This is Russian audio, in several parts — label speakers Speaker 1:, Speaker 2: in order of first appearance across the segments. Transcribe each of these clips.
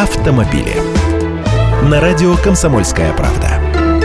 Speaker 1: автомобили. На радио «Комсомольская правда».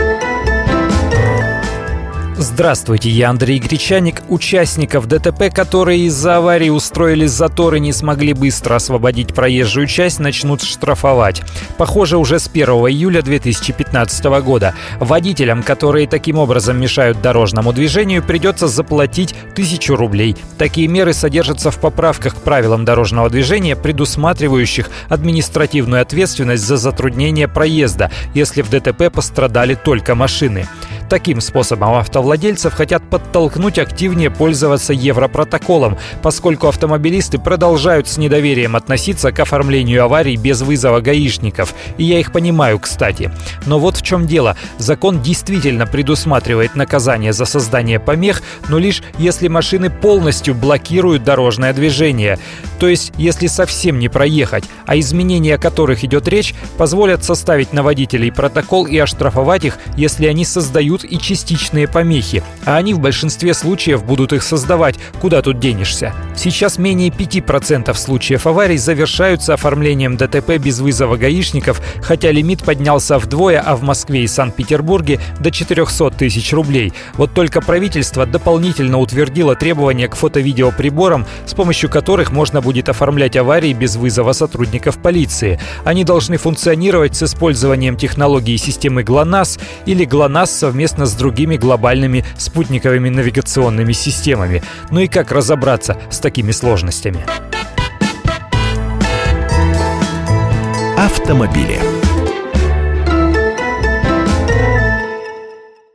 Speaker 2: Здравствуйте, я Андрей Гречаник. Участников ДТП, которые из-за аварии устроили затор и не смогли быстро освободить проезжую часть, начнут штрафовать. Похоже, уже с 1 июля 2015 года. Водителям, которые таким образом мешают дорожному движению, придется заплатить 1000 рублей. Такие меры содержатся в поправках к правилам дорожного движения, предусматривающих административную ответственность за затруднение проезда, если в ДТП пострадали только машины. Таким способом автовладельцев хотят подтолкнуть активнее пользоваться Европротоколом, поскольку автомобилисты продолжают с недоверием относиться к оформлению аварий без вызова гаишников. И я их понимаю, кстати. Но вот в чем дело. Закон действительно предусматривает наказание за создание помех, но лишь если машины полностью блокируют дорожное движение. То есть, если совсем не проехать, а изменения, о которых идет речь, позволят составить на водителей протокол и оштрафовать их, если они создают и частичные помехи, а они в большинстве случаев будут их создавать, куда тут денешься. Сейчас менее 5% случаев аварий завершаются оформлением ДТП без вызова гаишников, хотя лимит поднялся вдвое, а в Москве и Санкт-Петербурге до 400 тысяч рублей. Вот только правительство дополнительно утвердило требования к фото-видеоприборам, с помощью которых можно будет оформлять аварии без вызова сотрудников полиции. Они должны функционировать с использованием технологии системы ГЛОНАСС или ГЛОНАСС совместно с другими глобальными спутниковыми навигационными системами. Ну и как разобраться с такими сложностями?
Speaker 1: Автомобили.